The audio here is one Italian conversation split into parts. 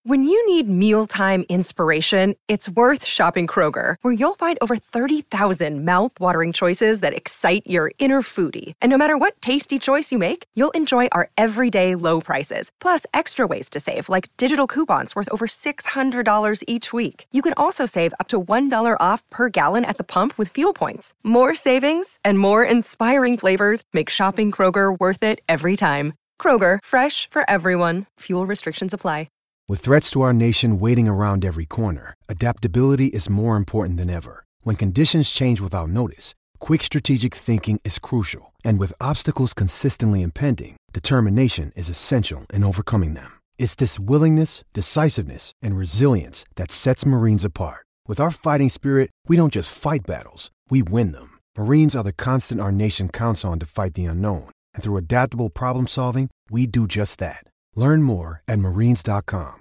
When you need mealtime inspiration, it's worth shopping Kroger, where you'll find over 30,000 mouth-watering choices that excite your inner foodie. And no matter what tasty choice you make, you'll enjoy our everyday low prices, plus extra ways to save, like digital coupons worth over $600 each week. You can also save up to $1 off per gallon at the pump with fuel points. More savings and more inspiring flavors make shopping Kroger worth it every time. Kroger, fresh for everyone. Fuel restrictions apply. With threats to our nation waiting around every corner, adaptability is more important than ever. When conditions change without notice, quick strategic thinking is crucial. And with obstacles consistently impending, determination is essential in overcoming them. It's this willingness, decisiveness, and resilience that sets Marines apart. With our fighting spirit, we don't just fight battles, we win them. Marines are the constant our nation counts on to fight the unknown. And through adaptable problem solving, we do just that. Learn more at marines.com.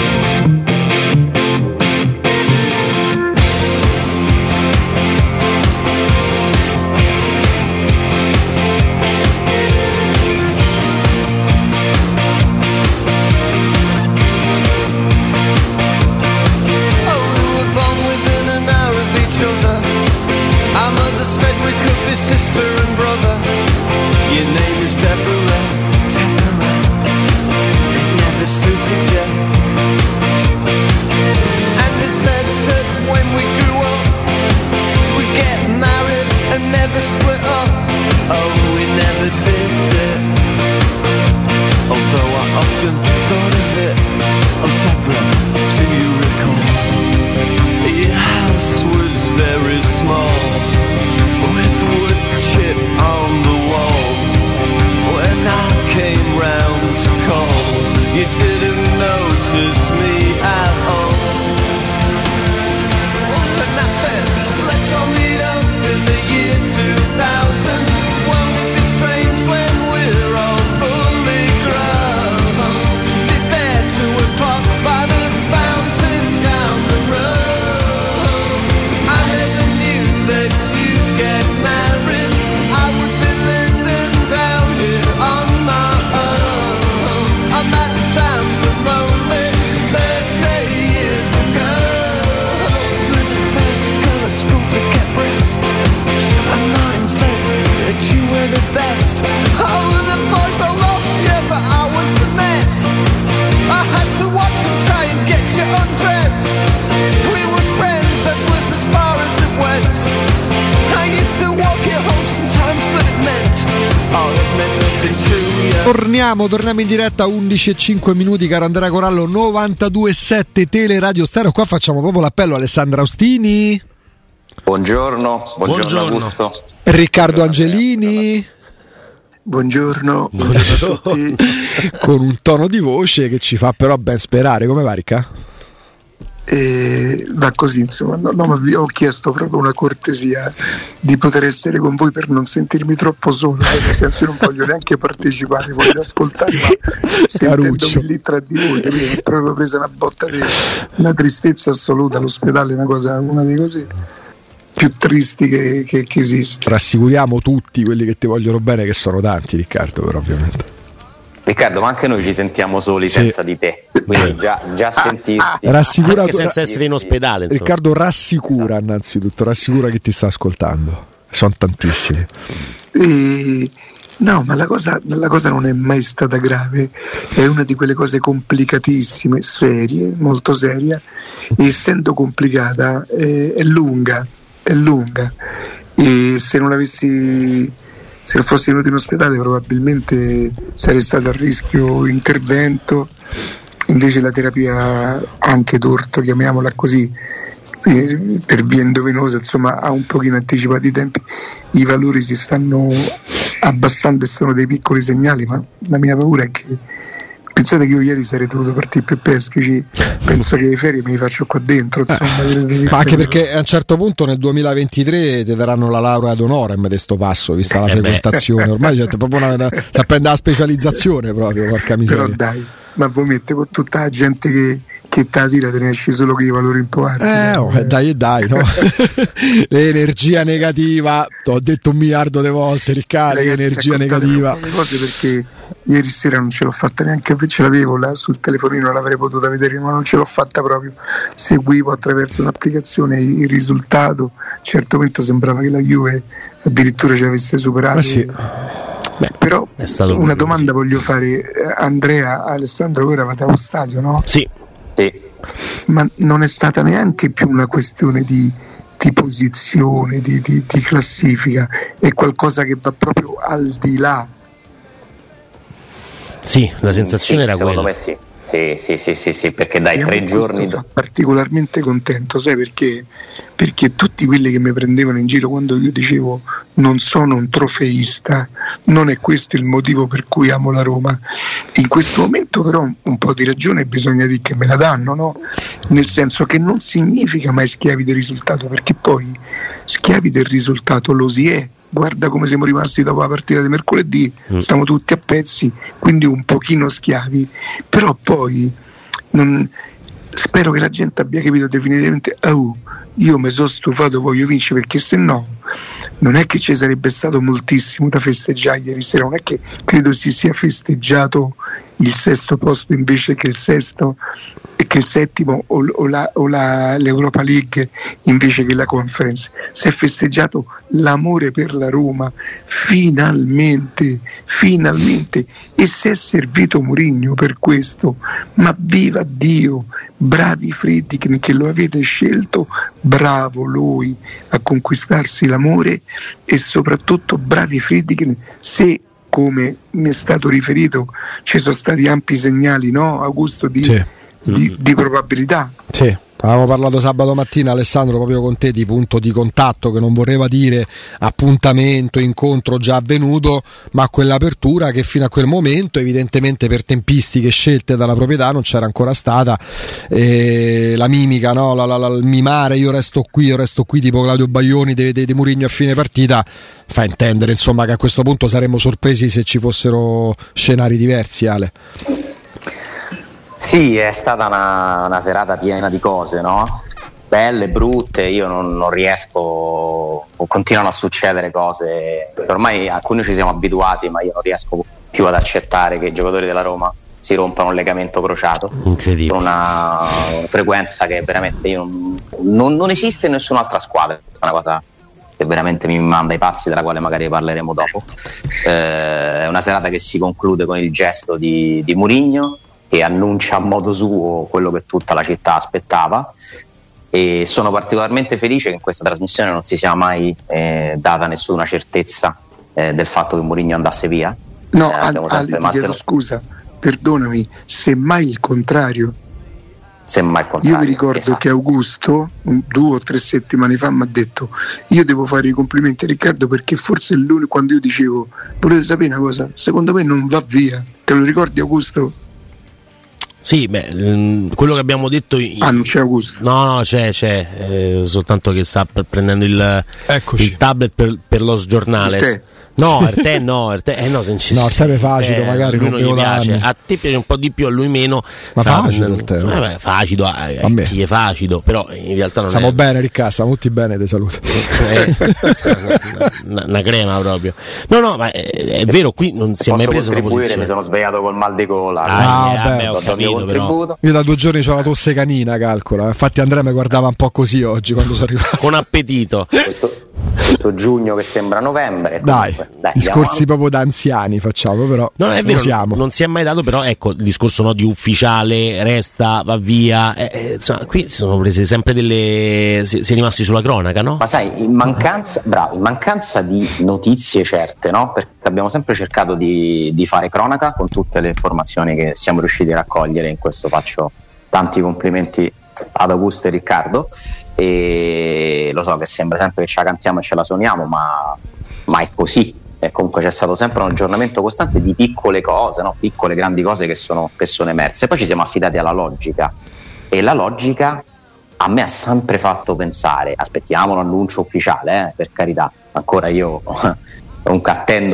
Sister and brother, your name is Deborah. It never suited you. And they said that when we grew up, we'd get married and never split up. Oh, we never did it. Although I often thought of it. Oh, Deborah, do you recall? Your house was very small, with wood chip on the wall. When I came round to call, you didn't notice me at all. And I said, let's all meet up in the year 2000. Won't it be strange when we're all fully grown? Be there 2 o'clock by the fountain down the road. I never knew that you'd get married. I would be living down here on my own. On that damn lonely Thursday years ago. You're the first girl at school to get breasts, and mine said that you were the best. Oh, the boys all loved you, but I was a mess. I had to watch and try and get you undressed. We were friends, that was as far as it went. I used to walk you home sometimes, but it meant, oh, it meant nothing to you. Torniamo in diretta, 11:05, caro Andrea Corallo, 92.7 Teleradio Stereo. Qua facciamo proprio l'appello a Alessandra Austini. Buongiorno Augusto. Riccardo Angelini. Buongiorno a tutti. Con un tono di voce che ci fa però ben sperare. Come va, Ricca? Va così, insomma. No, ma vi ho chiesto proprio una cortesia di poter essere con voi per non sentirmi troppo solo, nel senso non voglio neanche partecipare, voglio ascoltare, ma sentendomi lì tra di voi, mi è proprio presa una botta di una tristezza assoluta. All'ospedale è una delle cose più tristi che esiste. Rassicuriamo tutti quelli che ti vogliono bene, che sono tanti, Riccardo, però ovviamente. Riccardo, ma anche noi ci sentiamo soli senza di te, quindi già sentirti. Rassicura, anche senza essere in ospedale, insomma. Riccardo, rassicura innanzitutto, rassicura chi ti sta ascoltando, sono tantissimi. No, ma la cosa non è mai stata grave, è una di quelle cose complicatissime, serie, molto seria, e essendo complicata è lunga, e se non fossi venuto in ospedale probabilmente sarei stato a rischio intervento. Invece la terapia anche d'orto, chiamiamola così, per via endovenosa, insomma, ha un pochino anticipato i tempi, i valori si stanno abbassando e sono dei piccoli segnali, ma la mia paura è che, pensate che io ieri sarei dovuto partire per Peschici, penso che le ferie me li faccio qua dentro, insomma. Ma anche perché a un certo punto nel 2023 ti daranno la laurea ad honorem di sto passo, vista la frequentazione, ormai c'è proprio si appende la specializzazione proprio, porca miseria. Però dai, ma voi mette con tutta la gente che te la tira, te ne esci solo che i valori un po' alti. Dai, no? L'energia negativa, t'ho detto 1 miliardo di volte, Riccardo, l'energia negativa. Le cose, perché ieri sera non ce l'ho fatta neanche, ce l'avevo là sul telefonino, l'avrei potuta vedere, ma non ce l'ho fatta proprio. Seguivo attraverso un'applicazione il risultato, a un certo momento sembrava che la Juve addirittura ci avesse superato. Sì. Però una domanda voglio fare, Andrea, Alessandro ora vado allo stadio, no? Sì. Ma non è stata neanche più una questione di posizione, di classifica, è qualcosa che va proprio al di là. Sì, la sensazione era secondo quella. Me sì. Sì, perché dai 3 giorni Fa particolarmente contento, sai perché? Perché tutti quelli che mi prendevano in giro quando io dicevo non sono un trofeista, non è questo il motivo per cui amo la Roma, in questo momento però un po' di ragione bisogna dire che me la danno, no? Nel senso che non significa mai schiavi del risultato, perché poi schiavi del risultato lo si è. Guarda come siamo rimasti dopo la partita di mercoledì, stiamo tutti a pezzi, quindi un pochino schiavi, però poi spero che la gente abbia capito definitivamente, io mi sono stufato, voglio vincere, perché se no non è che ci sarebbe stato moltissimo da festeggiare ieri sera, non è che credo si sia festeggiato il 6° posto invece che il 6° e che il 7° o l'Europa League invece che la Conference. Si è festeggiato l'amore per la Roma, finalmente, e si è servito Mourinho per questo. Ma viva Dio, bravi Friedkin che lo avete scelto, bravo lui a conquistarsi l'amore, e soprattutto bravi Friedkin se, come mi è stato riferito, ci sono stati ampi segnali, no, Augusto, di probabilità. Sì, avevamo parlato sabato mattina, Alessandro, proprio con te, di punto di contatto, che non voleva dire appuntamento, incontro già avvenuto, ma quell'apertura che fino a quel momento, evidentemente per tempistiche scelte dalla proprietà, non c'era ancora stata. La mimica, no? Il mimare, io resto qui, tipo Claudio Baglioni di Mourinho a fine partita, fa intendere insomma che a questo punto saremmo sorpresi se ci fossero scenari diversi, Ale. Sì, è stata una serata piena di cose, no? Belle, brutte, io non riesco, continuano a succedere cose, ormai a cui noi ci siamo abituati, ma io non riesco più ad accettare che i giocatori della Roma si rompano un legamento crociato. Incredibile. Con una frequenza che veramente io non esiste in nessun'altra squadra. Questa è una cosa che veramente mi manda i pazzi, della quale magari parleremo dopo. È una serata che si conclude con il gesto di Mourinho, che annuncia a modo suo quello che tutta la città aspettava, e sono particolarmente felice che in questa trasmissione non si sia mai data nessuna certezza del fatto che Mourinho andasse via. No, Ale, ti chiedo scusa, perdonami, semmai il contrario. Io mi ricordo, esatto, che Augusto 2 o 3 settimane fa mi ha detto: io devo fare i complimenti a Riccardo perché forse è l'unico, quando io dicevo volete sapere una cosa, secondo me non va via, te lo ricordi Augusto? Sì, quello che abbiamo detto. Non c'è Augusto? No, c'è, soltanto che sta prendendo il tablet per lo giornale. No, Erte no, Erte è facido, magari lui non gli piace. A te piace un po' di più, a lui meno. Ma facido, facido, chi è facido, però in realtà non stiamo è. Bene, Riccardo, stiamo tutti bene, ti saluto. Una crema proprio. No, ma è vero, qui non si è mai preso una posizione. Mi sono svegliato col mal di gola. Ho capito, però. Io da 2 giorni c'ho la tosse canina, calcola. Infatti Andrea mi guardava un po' così oggi quando sono arrivato. Con appetito. Questo giugno che sembra novembre. Dai, discorsi proprio da anziani facciamo, però. Non è vero, non si è mai dato, però ecco il discorso, no, di ufficiale, resta, va via. Insomma, qui si sono prese sempre si è rimasti sulla cronaca, no? Ma sai, in mancanza di notizie certe, no? Perché abbiamo sempre cercato di fare cronaca con tutte le informazioni che siamo riusciti a raccogliere. In questo faccio tanti complimenti ad Augusto e Riccardo, e lo so che sembra sempre che ce la cantiamo e ce la suoniamo, ma è così, e comunque c'è stato sempre un aggiornamento costante di piccole cose, no? Piccole grandi cose che sono emerse. Poi ci siamo affidati alla logica, e la logica a me ha sempre fatto pensare, aspettiamo l'annuncio ufficiale, per carità, ancora io comunque attendo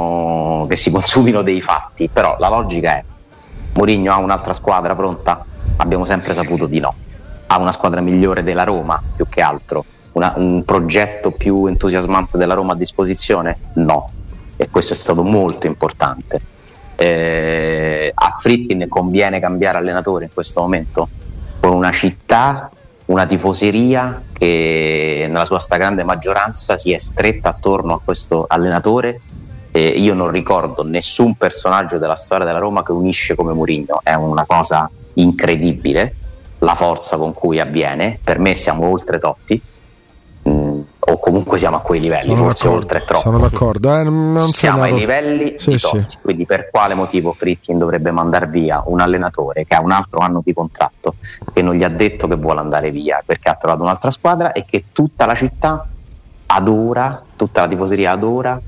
che si consumino dei fatti, però la logica è: Mourinho ha un'altra squadra pronta? Abbiamo sempre saputo di no. Ha una squadra migliore della Roma, più che altro? Un progetto più entusiasmante della Roma a disposizione? No. E questo è stato molto importante. A Friedkin conviene cambiare allenatore in questo momento? Con una città, una tifoseria che nella sua stragrande maggioranza si è stretta attorno a questo allenatore. Io non ricordo nessun personaggio della storia della Roma che unisce come Mourinho. È una cosa incredibile la forza con cui avviene. Per me siamo oltre Totti, o comunque siamo a quei livelli, forse oltre troppo. Sono d'accordo, non siamo ai livelli di Totti. Quindi per quale motivo Friedkin dovrebbe mandare via un allenatore che ha un altro anno di contratto, che non gli ha detto che vuole andare via perché ha trovato un'altra squadra e che tutta la città adora, tutta la tifoseria adora,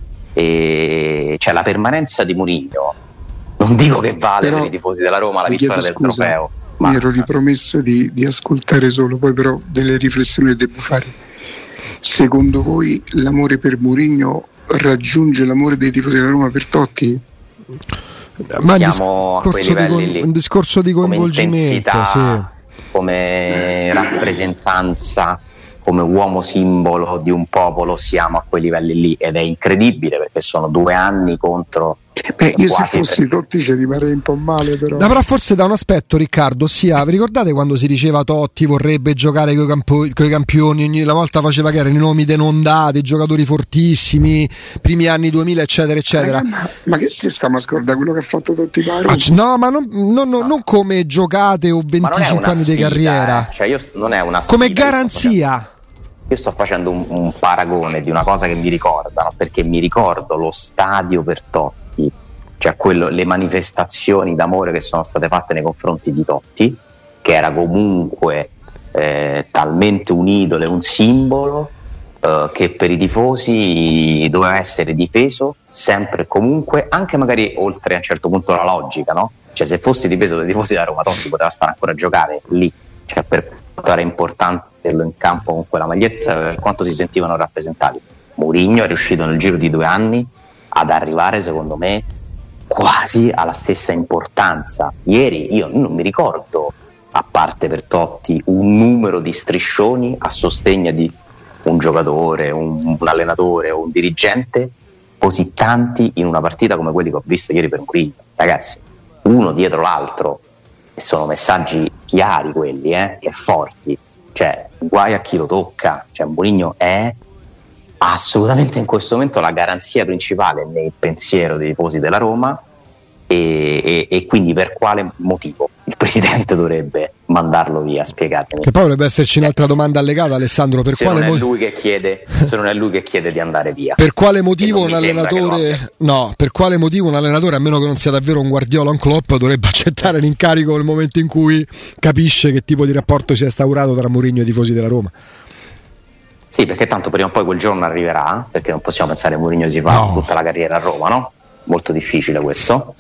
e c'è la permanenza di Mourinho. Non dico che vale per i tifosi della Roma la vittoria del trofeo, mi ero ripromesso di ascoltare solo, poi però delle riflessioni devo fare. Secondo voi l'amore per Mourinho raggiunge l'amore dei tifosi della Roma per Totti? Ma siamo a quei livelli lì. Un discorso di coinvolgimento, come rappresentanza, come uomo simbolo di un popolo, siamo a quei livelli lì, ed è incredibile perché sono 2 anni contro. Io se fossi Totti ci rimarrei un po' male, però. No, però forse da un aspetto, Riccardo, vi ricordate quando si diceva Totti vorrebbe giocare coi campioni, ogni la volta faceva che erano i nomi denondati, giocatori fortissimi, primi anni 2000 eccetera eccetera. Ma che se stiamo a scordare quello che ha fatto Totti Paro? No, ma non come giocate o 25 anni di carriera, cioè non è una sfida, come garanzia. Io sto facendo un paragone di una cosa che mi ricordano, perché mi ricordo lo stadio per Totti, cioè le manifestazioni d'amore che sono state fatte nei confronti di Totti, che era comunque talmente un idolo e un simbolo che per i tifosi doveva essere difeso sempre e comunque, anche magari oltre a un certo punto la logica, no? Cioè se fossi difeso dai tifosi da Roma, Totti poteva stare ancora a giocare lì, cioè per era importante averlo in campo con quella maglietta, quanto si sentivano rappresentati. Mourinho è riuscito nel giro di 2 anni ad arrivare, secondo me, quasi alla stessa importanza. Ieri io non mi ricordo, a parte per Totti, un numero di striscioni a sostegno di un giocatore, un allenatore o un dirigente così tanti in una partita come quelli che ho visto ieri per Mourinho. Ragazzi, uno dietro l'altro, e sono messaggi chiari quelli, e forti, cioè guai a chi lo tocca. Cioè Mourinho è assolutamente in questo momento la garanzia principale nel pensiero dei tifosi della Roma, e quindi per quale motivo il presidente dovrebbe mandarlo via? Spiegatemi. Che poi dovrebbe esserci un'altra domanda allegata, Alessandro, per se quale non è lui che chiede di andare via, per quale motivo un allenatore per quale motivo un allenatore, a meno che non sia davvero un Guardiola o un Klopp, dovrebbe accettare l'incarico nel momento in cui capisce che tipo di rapporto si è instaurato tra Mourinho e i tifosi della Roma? Sì, perché tanto prima o poi quel giorno arriverà, perché non possiamo pensare che Mourinho si fa tutta la carriera a Roma, no? Molto difficile questo.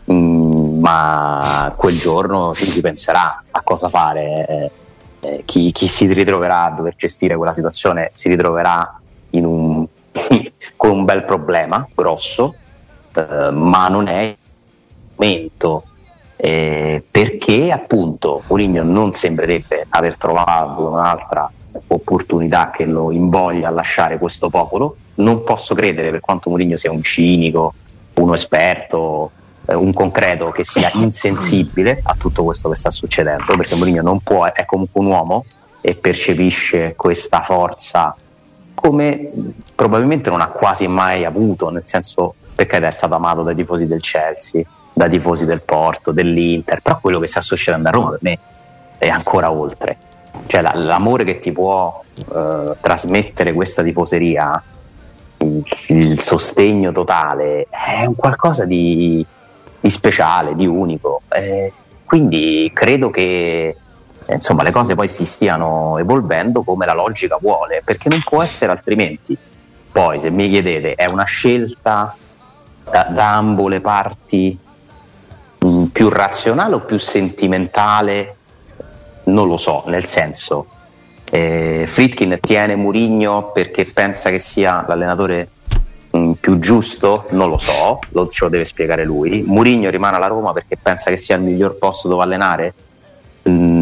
Ma quel giorno ci si penserà a cosa fare. Chi si ritroverà a dover gestire quella situazione si ritroverà con un bel problema grosso, ma non è il momento, perché appunto Mourinho non sembrerebbe aver trovato un'altra opportunità che lo invoglia a lasciare questo popolo. Non posso credere, per quanto Mourinho sia un cinico, uno esperto, un concreto, che sia insensibile a tutto questo che sta succedendo, perché Mourinho non può, è comunque un uomo e percepisce questa forza come probabilmente non ha quasi mai avuto, nel senso, perché è stato amato dai tifosi del Chelsea, dai tifosi del Porto, dell'Inter, però quello che sta succedendo a Roma per me è ancora oltre. Cioè l'amore che ti può trasmettere questa tifoseria, il sostegno totale, è un qualcosa di speciale, di unico, quindi credo che insomma le cose poi si stiano evolvendo come la logica vuole, perché non può essere altrimenti. Poi se mi chiedete, è una scelta da ambo le parti più razionale o più sentimentale? Non lo so, nel senso, Friedkin tiene Mourinho perché pensa che sia l'allenatore più giusto? Non lo so, ce lo deve spiegare lui. Mourinho rimane alla Roma perché pensa che sia il miglior posto dove allenare?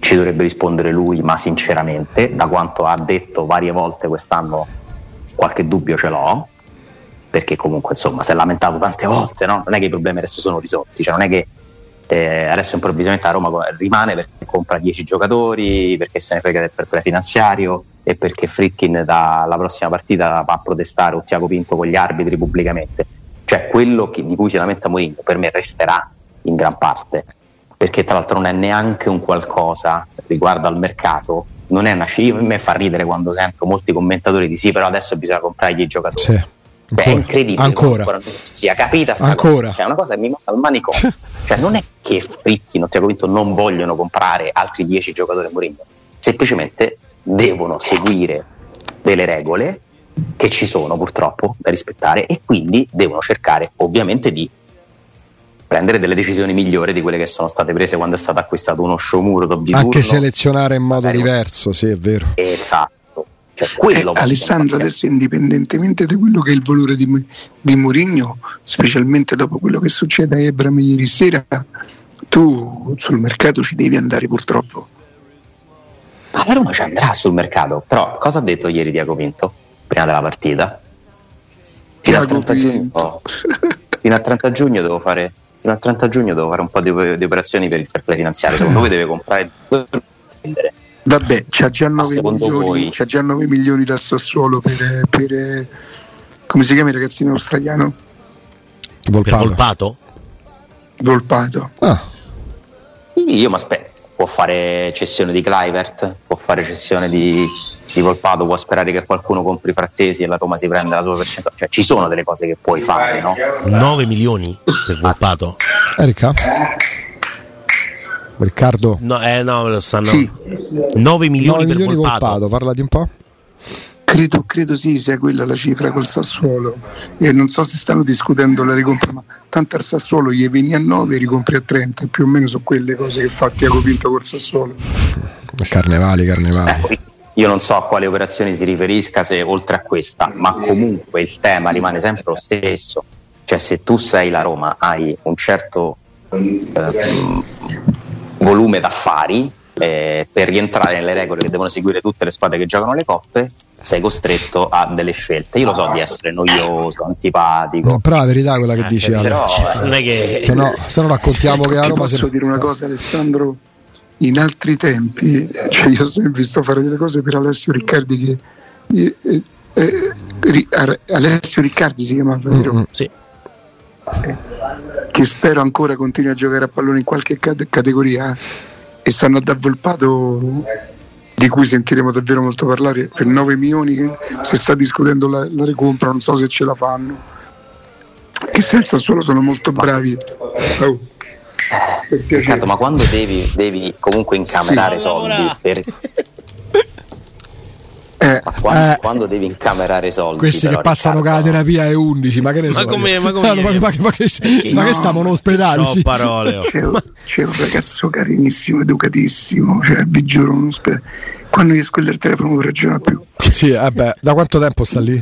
ci dovrebbe rispondere lui, ma sinceramente, da quanto ha detto varie volte quest'anno, qualche dubbio ce l'ho, perché comunque insomma si è lamentato tante volte, no? Non è che i problemi adesso sono risolti, cioè non è che adesso improvvisamente a Roma rimane perché compra 10 giocatori, perché se ne frega del fair play finanziario e perché Friedkin dalla prossima partita va a protestare o Tiago Pinto con gli arbitri pubblicamente. Cioè quello di cui si lamenta Mourinho per me resterà in gran parte, perché tra l'altro non è neanche un qualcosa riguardo al mercato, non è una cifra. A me fa ridere quando sento molti commentatori di sì, però adesso bisogna comprare gli giocatori. Sì. Beh, è incredibile ancora non si sia capita sta ancora. Cosa. Cioè, è una cosa che mi manda al manicomio. Cioè non è che Fritti, non ti ho convinto, non vogliono comprare altri 10 giocatori a Mourinho, semplicemente devono seguire delle regole che ci sono purtroppo da rispettare e quindi devono cercare ovviamente di prendere delle decisioni migliori di quelle che sono state prese quando è stato acquistato uno Shomurodov di anche turno, selezionare in modo diverso, sì, è vero. Esatto. Cioè, quello Alessandro, adesso indipendentemente da quello che è il valore di Mourinho, specialmente dopo quello che succede a Ebram ieri sera, tu sul mercato ci devi andare purtroppo. Ma la Roma ci andrà sul mercato, però cosa ha detto ieri Tiago Pinto prima della partita? Fino al 30 giugno, fino al 30 giugno devo fare un po' di operazioni per il fair play finanziario. Secondo voi deve comprare vendere? Vabbè, c'ha già 9 milioni dal Sassuolo per come si chiama il ragazzino australiano? Volpato? Ah. Io mi aspetto. Può fare cessione di Kluivert, può fare cessione di Volpato, può sperare che qualcuno compri Frattesi e la Roma si prenda la sua percentuale. Cioè ci sono delle cose che puoi fare, no? 9 milioni per Volpato? Riccardo? No, lo sanno. Sì. 9 milioni per Volpato. Parlati un po'. Credo sì, sia quella la cifra col Sassuolo, e non so se stanno discutendo la ricompra, ma tanto al Sassuolo gli vieni a 9 e ricompri a 30, più o meno su quelle cose che fa Tiago Pinto col Sassuolo. Carnevali. Io non so a quali operazioni si riferisca, se oltre a questa, ma comunque il tema rimane sempre lo stesso. Cioè se tu sei la Roma, hai un certo volume d'affari, per rientrare nelle regole che devono seguire tutte le squadre che giocano le coppe, sei costretto a delle scelte. Io lo so di essere noioso, antipatico, però la verità è quella che dici, però non è che se no raccontiamo che a Roma posso dire una cosa, Alessandro, in altri tempi, cioè io ho sempre visto fare delle cose per Alessio Riccardi Alessio Riccardi si chiamava, vero? Sì. Che spero ancora continui a giocare a pallone in qualche categoria, e stanno a dar Volpato, di cui sentiremo davvero molto parlare, per 9 milioni che si sta discutendo la ricompra, non so se ce la fanno, che senza solo sono molto bravi. Riccardo, ma quando devi comunque incamerare soldi per... quando devi incamerare soldi, questi però, che passano con la terapia e 11, ma che ne so, ma che stiamo in ospedale, sì. Parole. C'è un ragazzo carinissimo, educatissimo, cioè vi giuro, quando gli squilla il telefono non ragiona più. Sì, vabbè, da quanto tempo sta lì?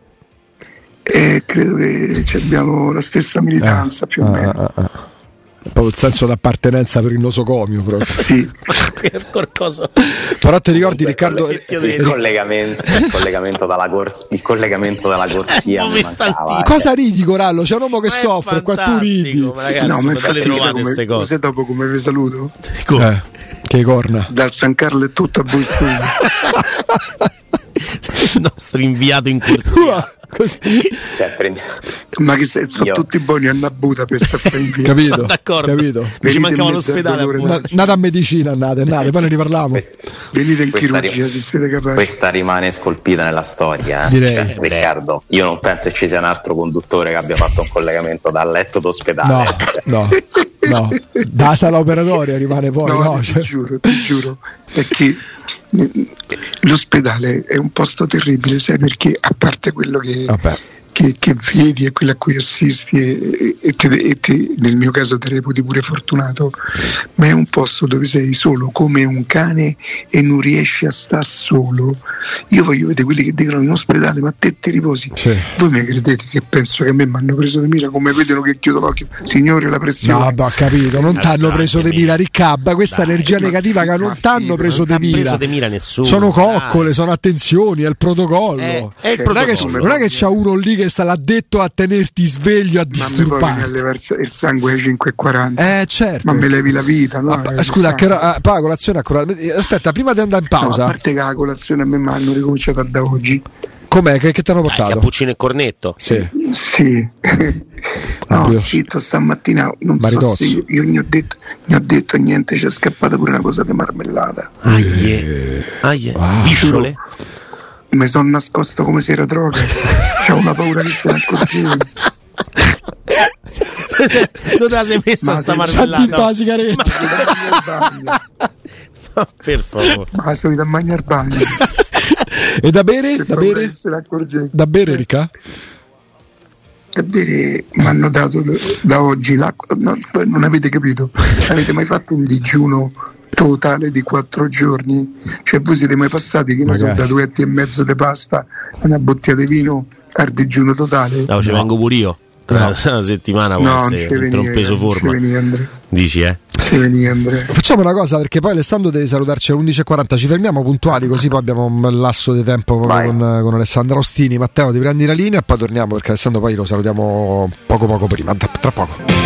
Credo che abbiamo la stessa militanza più o meno. Proprio il senso d'appartenenza per il nosocomio proprio. Sì. Però ti ricordi, Riccardo, il collegamento dalla corsia mi mancava. Cosa ridi, Corallo? C'è un uomo che soffre, qua tu ridi. Ragazzi, no, ma infatti le trovate queste cose? Dopo come vi saluto? Che corna. Dal San Carlo è tutto a voi studio. Il nostro inviato in corsia. Così. Ma che sono tutti buoni a Nabuta per stare in via. Capito? D'accordo. Ci mancava l'ospedale. Nata a medicina, andate, poi ne riparliamo. Venite in chirurgia se siete capaci. Questa rimane scolpita nella storia. Direi. Riccardo, io non penso che ci sia un altro conduttore che abbia fatto un collegamento dal letto d'ospedale. No. Da sala operatoria rimane poi. Ti giuro, è che l'ospedale è un posto terribile, sai perché? A parte quello che che vedi e quella a cui assisti e te, nel mio caso te reputi pure fortunato, ma è un posto dove sei solo come un cane e non riesci a stare solo. Io voglio vedere quelli che dicono in ospedale ma te ti riposi, Sì. Voi mi credete che penso che a me mi hanno preso di mira come vedono che chiudo l'occhio, signore la pressione? No, ho capito, non t'hanno preso di mira, Riccardo, questa Dai, energia negativa che non t'hanno preso di mira. Nessuno. Sono coccole, sono attenzioni, è il protocollo. È il protocollo. Non è che c'ha uno lì che sta là detto a tenerti sveglio, a Ma poi mi disturbare. alleva il sangue ai 5,40. Certo. Ma me levi la vita, no? Scusa, poi la colazione aspetta, prima di andare in pausa. No, a parte che la colazione a me mi hanno ricominciato da oggi. Com'è? Che ti hanno portato? Cappuccino e cornetto. Sì. Sì. No, zitto, stamattina non Maritozzo. so se io ne ho detto niente, c'è scappata pure una cosa di marmellata. Aie. Visciole. Mi sono nascosto come se era droga. C'ho una paura che se ne accorgevi. Dove te la sei messa Ma sta se- marmellata? la sigaretta. Per favore. Ma solita a mangiare bagno. E da bere? Che Da paura bere? che se ne accorgevi. Da bere, Ricca? Da bere mi hanno dato da oggi l'acqua. No, non avete capito? Avete mai fatto un digiuno totale di 4 giorni? Cioè voi siete mai passati che ne so, Magari. da 2 etti e mezzo di pasta a una bottiglia di vino al digiuno totale? No, ci vengo pure io. Tra una settimana può No, non ci essere veni, dentro un peso non ci forma. veni, Andrea. Dici, Ci veni, Andrea. Facciamo una cosa perché poi Alessandro deve salutarci alle 11.40. Ci fermiamo puntuali così poi abbiamo un lasso di tempo proprio con Alessandro Ostini. Matteo, ti prendi la linea e poi torniamo perché Alessandro poi lo salutiamo poco prima, tra poco.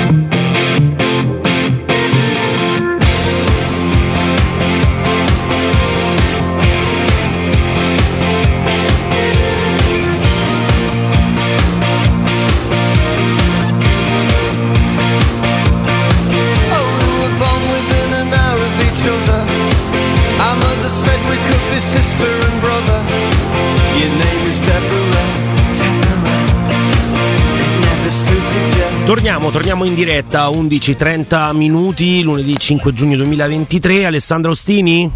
Oh, we were born within an hour of each other. Our mother said we could be sister and brother. Your name is Deborah. It never suited you. Torniamo in diretta 11:30 minuti, lunedì 5 giugno 2023. Alessandro Ostini?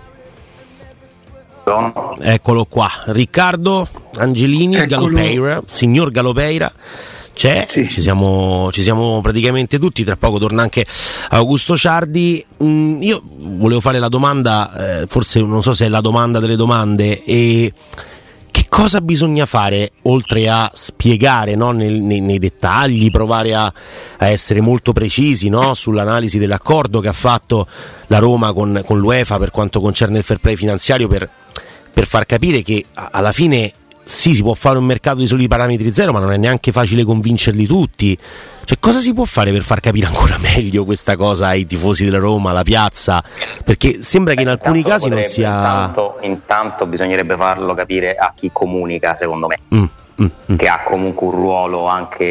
Eccolo qua. Riccardo Angelini, Eccolo. Galopeira, signor Galopeira. C'è, Sì. ci siamo praticamente tutti, tra poco torna anche Augusto Ciardi. Io volevo fare la domanda, forse non so se è la domanda delle domande, e che cosa bisogna fare oltre a spiegare, no, nei dettagli, provare a essere molto precisi, no, sull'analisi dell'accordo che ha fatto la Roma con l'UEFA per quanto concerne il fair play finanziario, per far capire che alla fine sì, si può fare un mercato di soli parametri zero, ma non è neanche facile convincerli tutti. Cioè, cosa si può fare per far capire ancora meglio questa cosa ai tifosi della Roma, alla piazza? Perché sembra che in alcuni casi non sia... Intanto bisognerebbe farlo capire a chi comunica, secondo me, che ha comunque un ruolo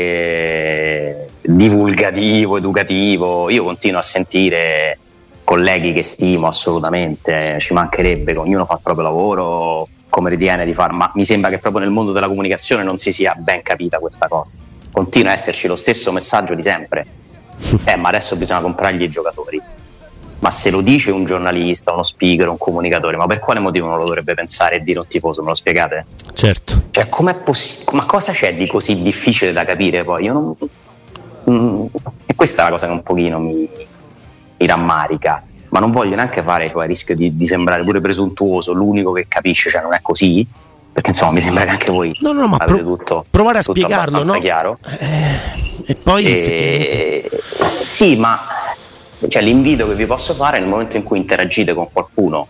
anche divulgativo, educativo. Io continuo a sentire colleghi che stimo assolutamente, ci mancherebbe, che ognuno fa il proprio lavoro come ritiene di fare, ma mi sembra che proprio nel mondo della comunicazione non si sia ben capita questa cosa. Continua a esserci lo stesso messaggio di sempre, ma adesso bisogna comprargli i giocatori. Ma se lo dice un giornalista, uno speaker, un comunicatore, ma per quale motivo non lo dovrebbe pensare e dire un tifoso? Me lo spiegate? Certo. Cioè, com'è possibile? Ma cosa c'è di così difficile da capire poi? Io non... E questa è la cosa che un pochino mi rammarica, ma non voglio neanche fare, cioè, rischio di sembrare pure presuntuoso, l'unico che capisce, cioè non è così, perché insomma mi sembra che anche voi ma avete tutto provare a tutto spiegarlo, abbastanza no? chiaro. E poi effettivamente... Sì, ma cioè, l'invito che vi posso fare nel momento in cui interagite con qualcuno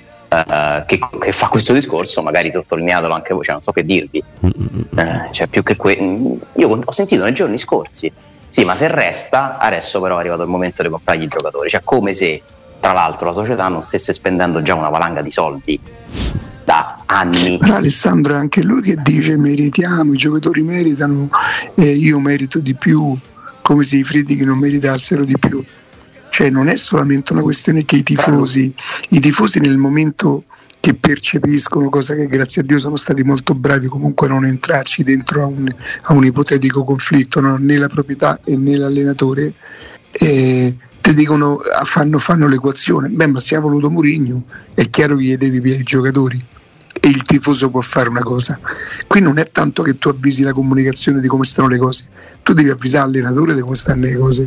che fa questo discorso, magari sottolineatelo anche voi, cioè non so che dirvi, cioè più che io ho sentito nei giorni scorsi, sì, ma se resta, adesso però è arrivato il momento di comprargli i giocatori, cioè come se tra l'altro la società non stesse spendendo già una valanga di soldi da anni. Ma Alessandro è anche lui che dice meritiamo, i giocatori meritano, io merito di più, come se i Friedrich non meritassero di più. Cioè non è solamente una questione che i tifosi nel momento che percepiscono, cosa che grazie a Dio sono stati molto bravi comunque a non entrarci dentro a un ipotetico conflitto, no? Né la proprietà e né l'allenatore, ti dicono, fanno l'equazione, beh, ma se ha voluto Mourinho è chiaro che gli devi via i giocatori, e il tifoso può fare una cosa. Qui non è tanto che tu avvisi la comunicazione di come stanno le cose, tu devi avvisare l'allenatore di come stanno le cose.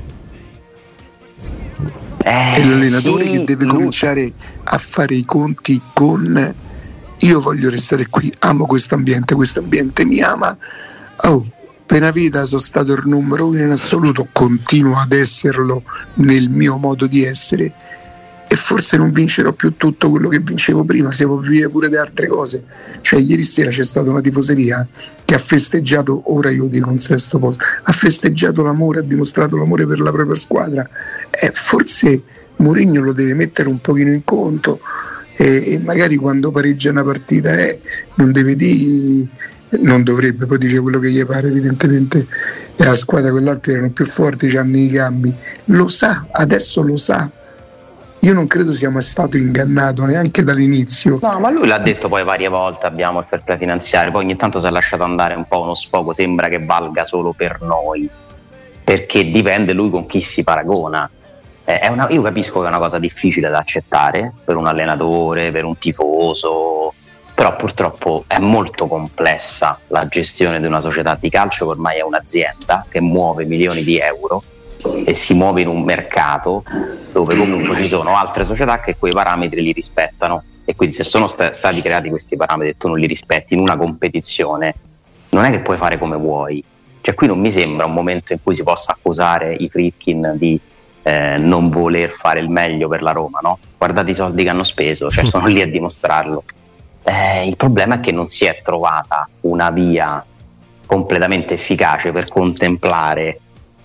È l'allenatore che deve cominciare a fare i conti con: io voglio restare qui, amo questo ambiente mi ama, per una vita sono stato il numero uno in assoluto, continuo ad esserlo nel mio modo di essere e forse non vincerò più tutto quello che vincevo prima, si può vivere pure di altre cose. Cioè ieri sera c'è stata una tifoseria che ha festeggiato, ora io dico un sesto posto, ha festeggiato l'amore, ha dimostrato l'amore per la propria squadra, forse Mourinho lo deve mettere un pochino in conto e magari quando pareggia una partita non deve dire, non dovrebbe, poi dice quello che gli pare, evidentemente la squadra quell'altra erano più forti, c'hanno i cambi, lo sa, adesso lo sa. Io non credo sia mai stato ingannato neanche dall'inizio. No, ma lui l'ha detto poi varie volte, abbiamo il fair play finanziario, poi ogni tanto si è lasciato andare un po' uno sfogo, sembra che valga solo per noi, perché dipende lui con chi si paragona. Io capisco che è una cosa difficile da accettare per un allenatore, per un tifoso, però purtroppo è molto complessa la gestione di una società di calcio che ormai è un'azienda che muove milioni di euro e si muove in un mercato dove comunque ci sono altre società che quei parametri li rispettano, e quindi se sono stati creati questi parametri e tu non li rispetti in una competizione, non è che puoi fare come vuoi. Cioè qui non mi sembra un momento in cui si possa accusare i Friedkin di non voler fare il meglio per la Roma, no? Guardate i soldi che hanno speso, cioè sono lì a dimostrarlo. Il problema è che non si è trovata una via completamente efficace per contemplare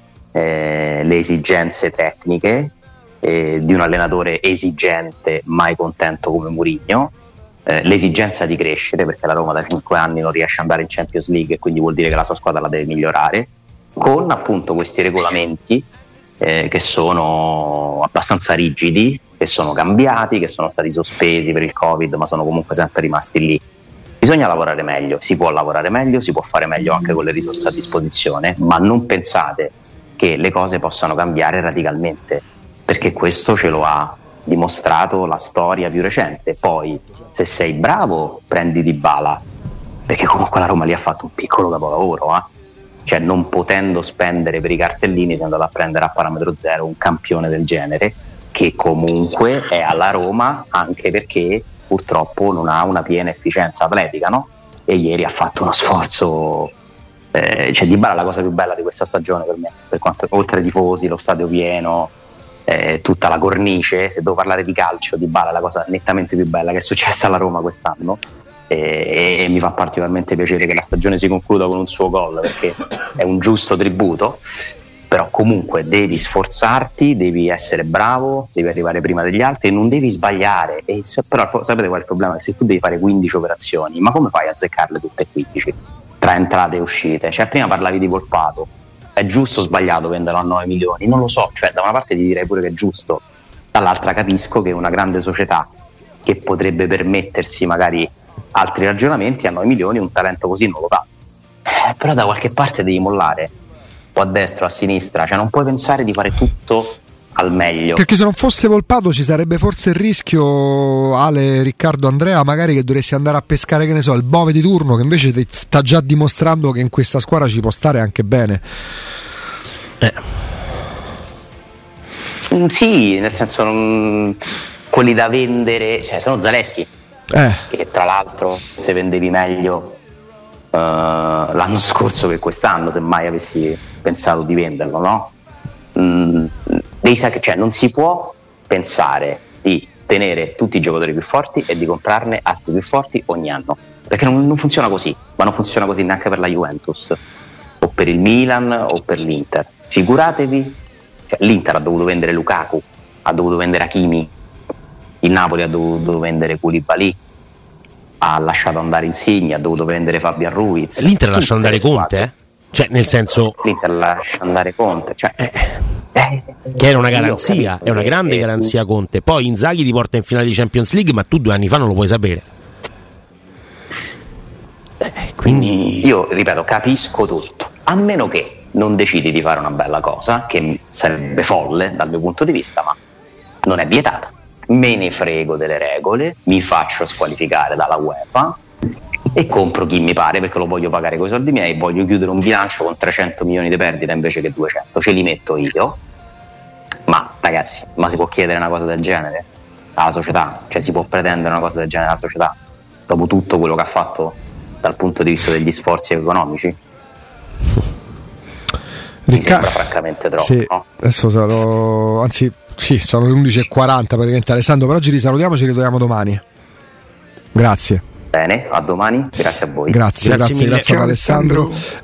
le esigenze tecniche di un allenatore esigente, mai contento come Mourinho, l'esigenza di crescere, perché la Roma da 5 anni non riesce ad andare in Champions League e quindi vuol dire che la sua squadra la deve migliorare, con appunto questi regolamenti che sono abbastanza rigidi, che sono cambiati, che sono stati sospesi per il Covid, ma sono comunque sempre rimasti lì. Bisogna lavorare meglio, si può lavorare meglio, si può fare meglio anche con le risorse a disposizione, ma non pensate che le cose possano cambiare radicalmente, perché questo ce lo ha dimostrato la storia più recente. Poi se sei bravo prendi Dybala, perché comunque la Roma lì ha fatto un piccolo capolavoro, cioè non potendo spendere per i cartellini si è andato a prendere a parametro zero un campione del genere, che comunque è alla Roma anche perché purtroppo non ha una piena efficienza atletica, no? E ieri ha fatto uno sforzo, cioè Dybala è la cosa più bella di questa stagione per me, per quanto, oltre ai tifosi, lo stadio pieno, tutta la cornice. Se devo parlare di calcio, Dybala è la cosa nettamente più bella che è successa alla Roma quest'anno, e mi fa particolarmente piacere che la stagione si concluda con un suo gol, perché è un giusto tributo. Però comunque devi sforzarti, devi essere bravo, devi arrivare prima degli altri e non devi sbagliare. Però sapete qual è il problema? Che se tu devi fare 15 operazioni, ma come fai a azzeccarle tutte e 15 tra entrate e uscite? Cioè prima parlavi di Volpato, è giusto o sbagliato venderlo a 9 milioni? Non lo so, cioè da una parte ti direi pure che è giusto, dall'altra capisco che una grande società che potrebbe permettersi magari altri ragionamenti a 9 milioni un talento così non lo dà. Però da qualche parte devi mollare, o a destra o a sinistra, cioè non puoi pensare di fare tutto al meglio, perché se non fosse Volpato ci sarebbe forse il rischio, Ale, Riccardo, Andrea, magari che dovresti andare a pescare, che ne so, il Bove di turno, che invece ti sta già dimostrando che in questa squadra ci può stare anche bene. Sì, nel senso quelli da vendere, cioè sono Zaleschi, che tra l'altro se vendevi meglio l'anno scorso che quest'anno, se mai avessi pensato di venderlo, no? Cioè non si può pensare di tenere tutti i giocatori più forti e di comprarne altri più forti ogni anno, perché non funziona così, ma non funziona così neanche per la Juventus o per il Milan o per l'Inter. Figuratevi, cioè, l'Inter ha dovuto vendere Lukaku, ha dovuto vendere Hakimi, il Napoli ha dovuto vendere Koulibaly, ha lasciato andare Insigne, ha dovuto prendere Fabian Ruiz. L'Inter ha lasciato andare Conte, Cioè nel senso, l'Inter lascia andare Conte, cioè che era una garanzia, è una grande garanzia Conte. Poi Inzaghi ti porta in finale di Champions League, ma tu 2 anni fa non lo puoi sapere. Quindi io ripeto, capisco tutto, a meno che non decidi di fare una bella cosa, che sarebbe folle dal mio punto di vista, ma non è vietata. me ne frego delle regole, mi faccio squalificare dalla UEFA e compro chi mi pare perché lo voglio pagare con i soldi miei, voglio chiudere un bilancio con 300 milioni di perdita invece che 200, ce li metto io. Ma ragazzi, ma si può chiedere una cosa del genere alla società? Cioè si può pretendere una cosa del genere alla società dopo tutto quello che ha fatto dal punto di vista degli sforzi economici? Mi sembra francamente troppo, sì, no? Adesso sono le 11:40 praticamente. Alessandro, per oggi li salutiamo, ci ritroviamo domani. Grazie. Bene, a domani, grazie a voi. Grazie ad Alessandro.